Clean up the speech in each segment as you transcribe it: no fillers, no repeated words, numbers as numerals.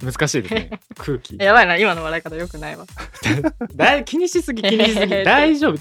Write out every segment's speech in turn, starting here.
難しいですね。空気。 やばいな、今の笑い方良くないわ。 気にしすぎ。大丈夫。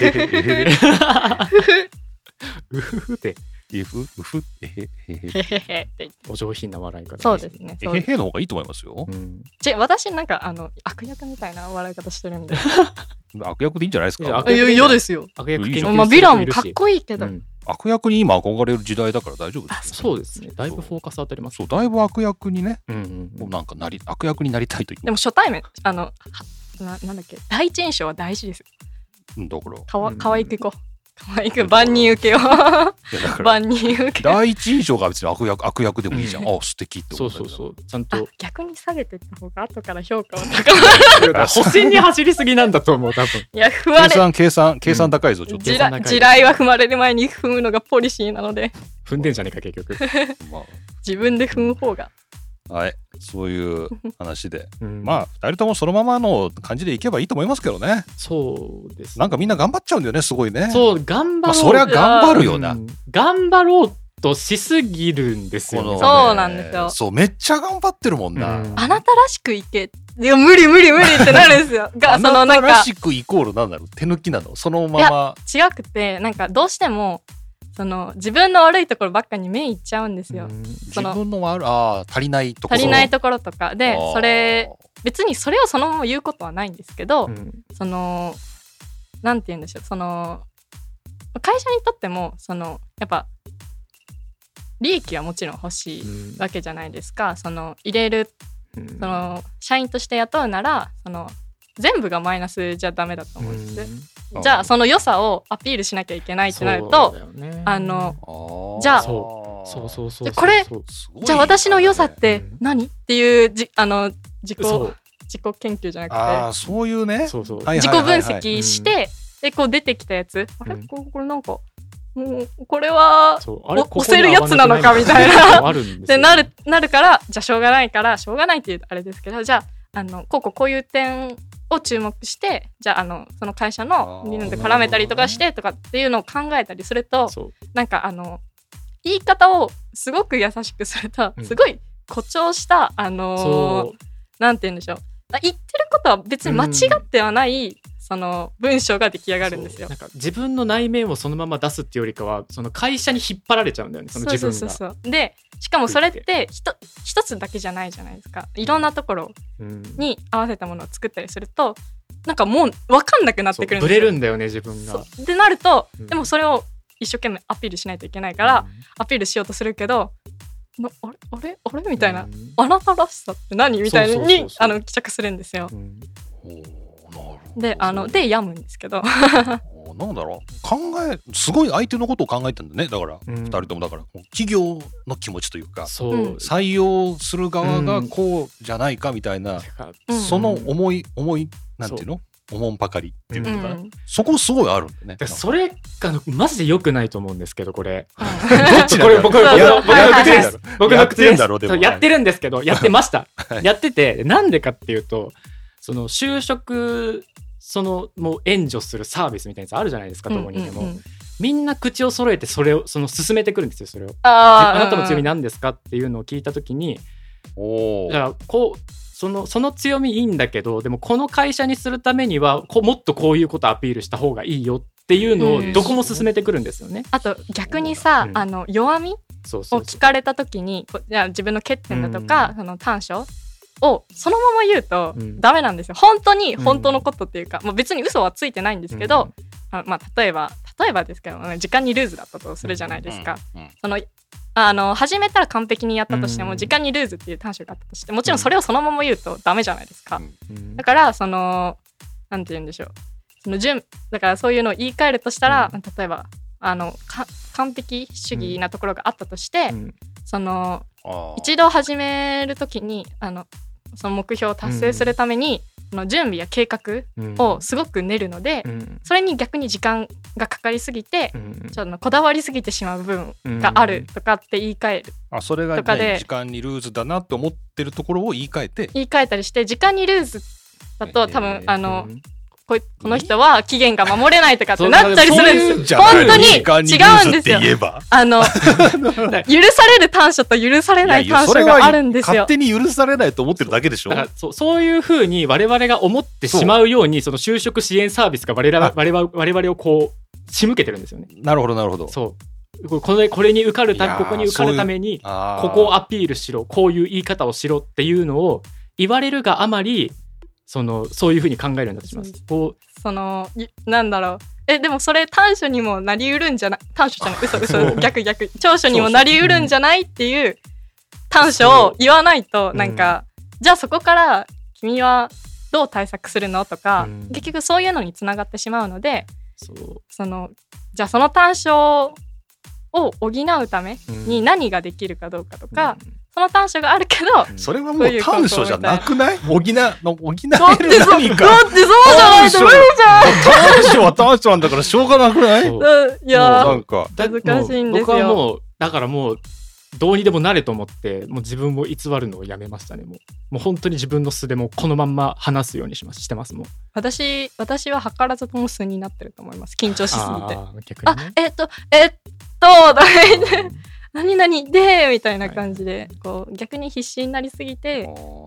うふふって。 うふえへへへ。 お上品な笑い方。 そうですね。 えへへの方がいいと思いますよ。 私なんか悪役みたいな笑い方してるんで。 悪役でいいんじゃないですか。 嫌ですよ。 悪役系のヴィランもかっこいいけど。 悪役に今憧れる時代だから大丈夫です。 そうですね。だいぶフォーカス当たります。 そう、だいぶ悪役にね、なんか悪役になりたいという。 でも初対面なんだっけ、第一印象は大事です。 だから可愛くいこう。可愛く万人受けを。万人受け。 第一印象が別に悪役でもいいじゃん。素敵ってこと。そうちゃんと逆に下げてった方が後から評価は高まる。 保身に走りすぎなんだと思う、多分。 いや、踏まれ。 計算高いぞ、ちょっと。 地雷は踏まれる前に踏むのがポリシーなので。 踏んでんじゃねえか、結局。 自分で踏む方が。 はい、そういう話で、まあ2人ともそのままの感じでいけばいいと思いますけどね。 そうです。 なんかみんな頑張っちゃうんだよね、すごいね。 そう、頑張ろう。 そりゃ頑張るよな。 頑張ろうとしすぎるんですよね。 そうなんですよ。 そう、めっちゃ頑張ってるもんな。 あなたらしくいけ。いや、無理ってなるんですよ。 あなたらしくイコールなんだろう、手抜きなの、そのまま。 いや、違くて、なんかどうしても自分の悪いところばっかに目いっちゃうんですよ。 自分の足りないところ。 足りないところとかで、別にそれをそのまま言うことはないんですけど、なんて言うんでしょう、会社にとってもやっぱ利益はもちろん欲しいわけじゃないですか。入れる社員として雇うなら全部がマイナスじゃダメだと思うんです。じゃあその良さをアピールしなきゃいけないってなると、じゃあこれじゃあ私の良さって何っていう自己研究じゃなくて、 そういうね、 自己分析してでこう出てきたやつ、あれこれなんかこれは押せるやつなのかみたいなでなるから、じゃあしょうがないっていうあれですけど、じゃあこういう点を注目して、じゃあその会社の理念で絡めたりとかしてとかっていうのを考えたりすると、なんか言い方をすごく優しくすると、すごい誇張したなんて言うんでしょう、言ってることは別に間違ってはない文章が出来上がるんですよ。 なんか自分の内面をそのまま出すっていうよりかは、その会社に引っ張られちゃうんだよね、その自分が。 そうで、しかもそれって一つだけじゃないじゃないですか。いろんなところに合わせたものを作ったりすると、なんかもう分かんなくなってくるんですよ。 ブレるんだよね、自分が。 ってなると、でもそれを一生懸命アピールしないといけないから、アピールしようとするけど、あれみたいな、あなたらしさって何みたいに帰着するんですよ。で病むんですけどなんだろう、すごい相手のことを考えてるんだね。だから2人ともだから企業の気持ちというか、採用する側がこうじゃないかみたいな、その思いなんていうの、おもんぱかりっていうのかな、そこすごいあるんだね。 それがマジで良くないと思うんですけど、これどっちなんだろう。 僕の口です。やってるんですけど、やってましたやってて、なんでかっていうと、就職もう援助するサービスみたいなやつあるじゃないですか、どこにでも。みんな口を揃えてそれを進めてくるんですよ。それをあなたの強み何ですかっていうのを聞いたときに、じゃあその強みいいんだけど、でもこの会社にするためにはもっとこういうことアピールした方がいいよっていうのをどこも進めてくるんですよね。 あと逆にさ、弱みを聞かれたときに、じゃあ自分の欠点だとか、短所をそのまま言うとダメなんですよ。本当に本当のことっていうか、別に嘘はついてないんですけど、例えばですけど、時間にルーズだったとするじゃないですか。始めたら完璧にやったとしても、時間にルーズっていう短所があったとして、もちろんそれをそのまま言うとダメじゃないですか。だからなんて言うんでしょう、だからそういうのを言い換えるとしたら、例えば完璧主義なところがあったとして、一度始めるときにその目標を達成するために、準備や計画をすごく練るので、それに逆に時間がかかりすぎて、ちょっとこだわりすぎてしまう部分があるとかって言い換えるそれが、時間にルーズだなって思ってるところを言い換えたりして、 時間にルーズだと多分この人は期限が守れないとかってなったりするんですよ。本当に違うんですよ。許される短所と許されない短所があるんですよ。 勝手に許されないと思ってるだけでしょ。だからそういうふうに我々が思ってしまうように、その就職支援サービスが我々をこう仕向けてるんですよね。 なるほどなるほど。 そうこれに受かるここに受かるためにここをアピールしろ、こういう言い方をしろっていうのを言われるがあまりそういうふうに考えるんだとします。 なんだろう。でもそれ短所にもなりうるんじゃない、短所じゃない、嘘逆長所にもなりうるんじゃないっていう短所を言わないと、なんか、じゃあそこから君はどう対策するのとか、結局そういうのにつながってしまうので、じゃあその短所を補うために何ができるかどうかとか、その短所があるけど、 それはもう短所じゃなくない？補える何か。 だってそうじゃないと無理じゃん。 短所は短所なんだからしょうがなくない？ いやなんか難しいんですよ。 僕はもうだからもうどうにでもなれと思ってもう自分を偽るのをやめましたね。もう本当に自分の素でもこのまんま話すようにしてますもん。 私は図らずとも素になってると思います。緊張しすぎて。何々でみたいな感じで、こう逆に必死になりすぎて、い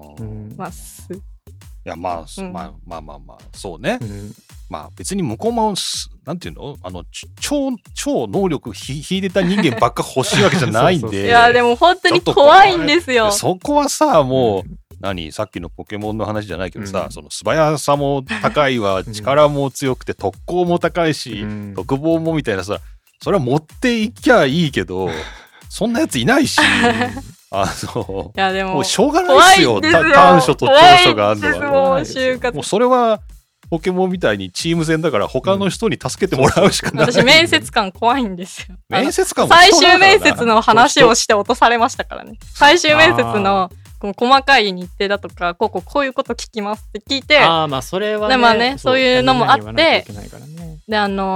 やまあそうね。まあ別に向こうもなんていうの超能力秀でた人間ばっか欲しいわけじゃないんで。 いやでも本当に怖いんですよ。 そこはさもうさっきのポケモンの話じゃないけどさ、その素早さも高いわ、力も強くて特攻も高いし、特防もみたいなさ、それは持っていきゃいいけど。そんなやついないし、いやでもうしょうがないですよ。短所と長所があるのは。もうそれはポケモンみたいにチーム戦だから他の人に助けてもらうしかない。 私面接官怖いんですよ。 面接官も最終面接の話をして落とされましたからね。最終面接の細かい日程だとかこういうこと聞きますって聞いて、 それはね、そういうのもあって、で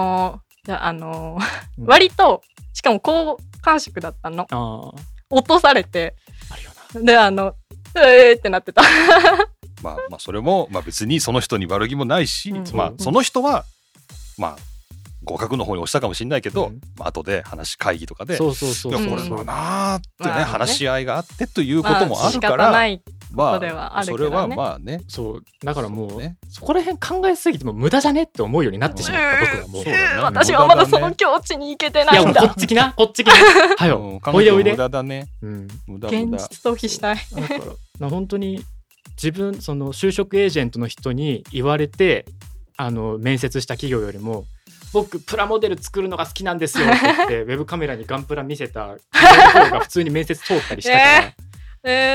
割としかも好感触だったの。落とされて、でってなってた。 まあそれも別にその人に悪気もないし、その人は合格の方に押したかもしれないけど、後で会議とかでこれはなーってね話し合いがあってということもあるから、それはまあね。 そうだからもうそこら辺考えすぎても無駄じゃねって思うようになってしまった僕はもう。 私はまだその境地に行けてないんだ。 いやこっち来なはよおいで無駄だね。 現実逃避したい。 だから本当に自分その就職エージェントの人に言われて面接した企業よりも僕プラモデル作るのが好きなんですよって言ってウェブカメラにガンプラ見せた方が普通に面接通ったりしたから、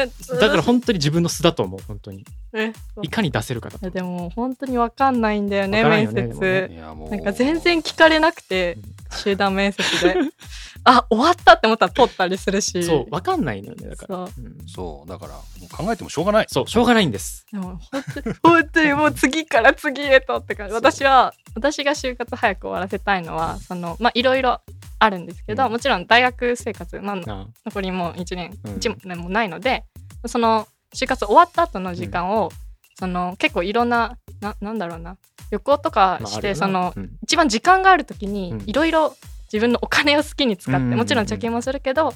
だから本当に自分の素だと思う。本当にいかに出せるかだと。 でも本当に分かんないんだよね面接。なんか全然聞かれなくて集団面接で終わったって思ったら通ったりするし、 そう分かんないのよね。だからそうだからもう考えてもしょうがない。 そうしょうがないんです。 でも本当にもう次から次へとって感じ。私が就活早く終わらせたいのはいろいろあるんですけど、もちろん大学生活残りもう1年もないので、その就活終わった後の時間を、結構いろんなんだろうな旅行とかして、一番時間がある時にいろいろ自分のお金を好きに使って、もちろん貯金もするけど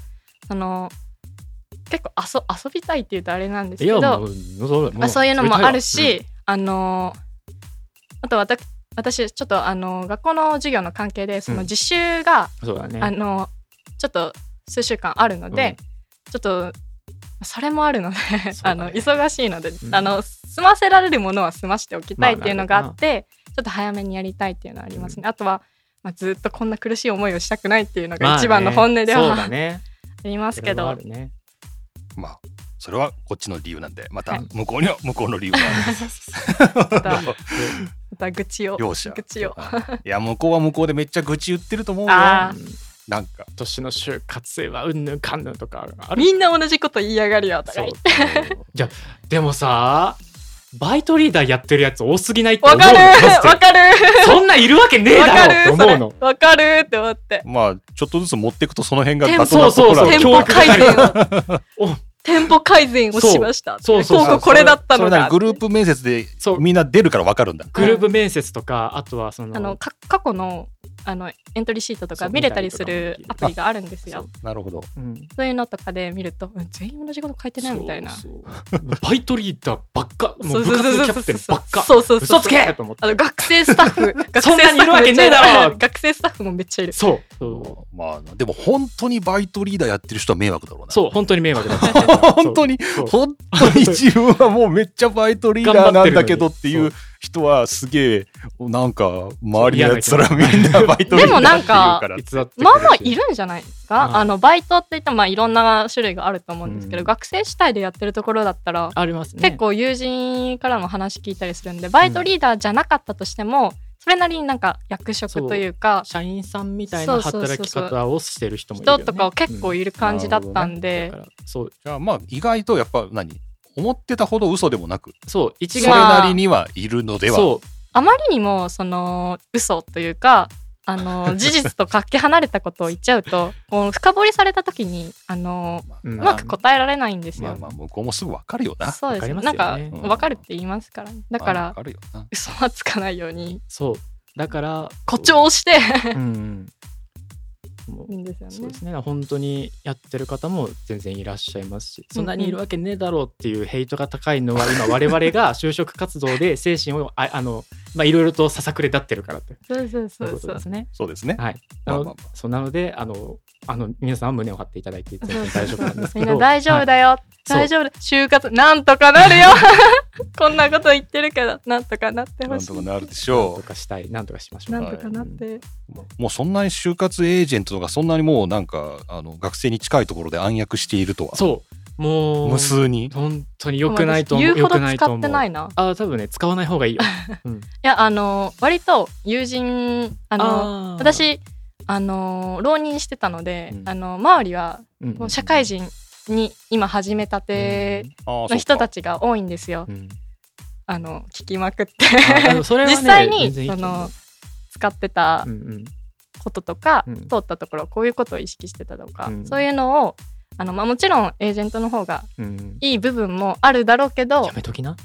結構遊びたいっていうとあれなんですけど、そういうのもあるし、あと私ちょっと学校の授業の関係で実習が、ちょっと数週間あるので、ちょっとそれもあるので忙しいので、済ませられるものは済ましておきたいっていうのがあって、ちょっと早めにやりたいっていうのはありますね。あとは、ずっとこんな苦しい思いをしたくないっていうのが一番の本音では、ありますけど、 それはこっちの理由なんで、また向こうの理由がある。 また愚痴をいや向こうは向こうでめっちゃ愚痴言ってると思うよ。なんか年の就活生はうんぬんかんぬんとかみんな同じこと言いやがるよとか言って。 じゃでもさバイトリーダーやってるやつ多すぎないって思うの。 わかるそんないるわけねえだろって思うの。 わかるって思って、 ちょっとずつ持っていくとその辺がバトなところテンポ改善店舗改善をしました。そうこれだったのが。 グループ面接でみんな出るから分かるんだ。 グループ面接とか、あとはその過去のエントリーシートとか見れたりするアプリがあるんですよ。 なるほど、 そういうのとかで見ると全員同じこと書いてないみたいな。 バイトリーダーばっか、もう部活のキャプテンばっか、 嘘つけと思って、 学生スタッフそんなにいるわけねえだろ。 学生スタッフもめっちゃいる。 まあでも本当にバイトリーダーやってる人は迷惑だろうな。 そう、本当に迷惑だ。 本当に自分はもうめっちゃバイトリーダーなんだけどっていう人はすげえなんか周りのやつらみんなバイトリーダーって言うから。でもなんかまあまあいるんじゃないですか。バイトって言ってもまあいろんな種類があると思うんですけど、学生主体でやってるところだったらありますね。 結構友人からも話聞いたりするんで、バイトリーダーじゃなかったとしてもそれなりになんか役職というか社員さんみたいな働き方をしてる人もいるよね。 人とか結構いる感じだったんで、 そうじゃあまあ意外とやっぱ思ってたほど嘘でもなく、 そう一概それなりにはいるのでは。 そうあまりにもその嘘というか事実とかけ離れたことを言っちゃうとこう深掘りされた時にうまく答えられないんですよ。 まあ向こうもすぐ分かるよな。 そうですね。なんか分かるって言いますから、だから嘘はつかないように。 そうだから誇張していいんですよね。そうですね。本当にやってる方も全然いらっしゃいますし、そんなにいるわけねえだろうっていうヘイトが高いのは今我々が就職活動で精神をいろいろとささくれ立ってるからってそうですね。 そうですね。 はい。そうなので皆さんは胸を張っていただいて大丈夫なんですけど、 みんな大丈夫だよ、大丈夫だ、就活なんとかなるよこんなこと言ってるけどなんとかなってほしい。 なんとかなるでしょう。 なんとかしたい、なんとかしましょう。 なんとかなって、 もうそんなに就活エージェントがそんなにもうなんか学生に近いところで暗躍しているとは。 そうもう無数に本当に良くないと思う。 言うほど使ってないな。 多分ね使わない方がいいよ。 いや割と友人私浪人してたので、周りは社会人に今始めたての人たちが多いんですよ。聞きまくって実際に使ってたこととか、通ったところこういうことを意識してたとか、そういうのをもちろんエージェントの方がいい部分もあるだろうけど、 やめときな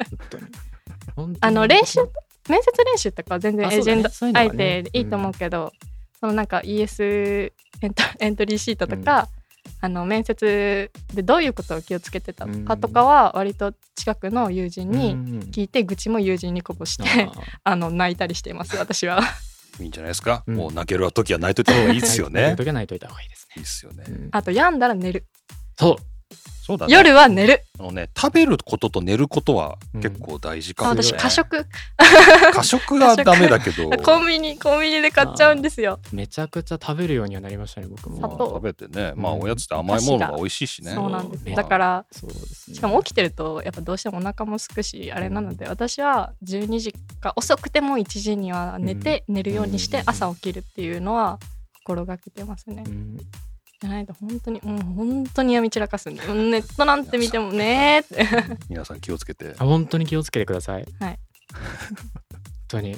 面接練習とかは全然エージェント相手でいいと思うけど、そのなんか ES エントリーシートとか、面接でどういうことを気をつけてたかとかは割と近くの友人に聞いて、愚痴も友人にこぼして泣いたりしています私は。 いいんじゃないですか、もう泣ける時は泣いといた方がいいですよね。 泣ける時は泣いといた方がいいですね。 いいですよね。 あと病んだら寝る。 そうだね、 夜は寝る。 食べることと寝ることは結構大事かもね。 私過食がダメだけどコンビニで買っちゃうんですよ。 めちゃくちゃ食べるようにはなりましたね僕も。 食べてね、おやつって甘いものが美味しいしね。 そうなんです。だからしかも起きてるとやっぱどうしてもお腹もすくしあれなので、私は12時か遅くても1時には寝るようにして朝起きるっていうのは心がけてますね。じゃないと本当に病み散らかすんで、ネットなんて見てもねって皆さん気をつけて。 本当に気をつけてください。 はい本当に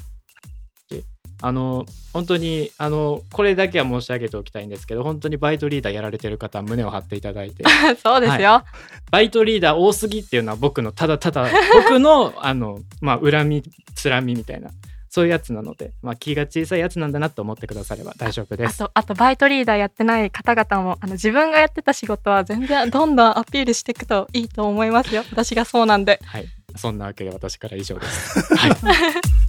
本当にこれだけは申し上げておきたいんですけど、本当にバイトリーダーやられてる方は胸を張っていただいてそうですよ、 バイトリーダー多すぎっていうのは僕のただ僕の恨みつらみみたいなそういうやつなので、気が小さいやつなんだなと思ってくだされば大丈夫です。 あとバイトリーダーやってない方々も自分がやってた仕事は全然どんどんアピールしていくといいと思いますよ。私がそうなんで。 はい、そんなわけで私から以上です。はい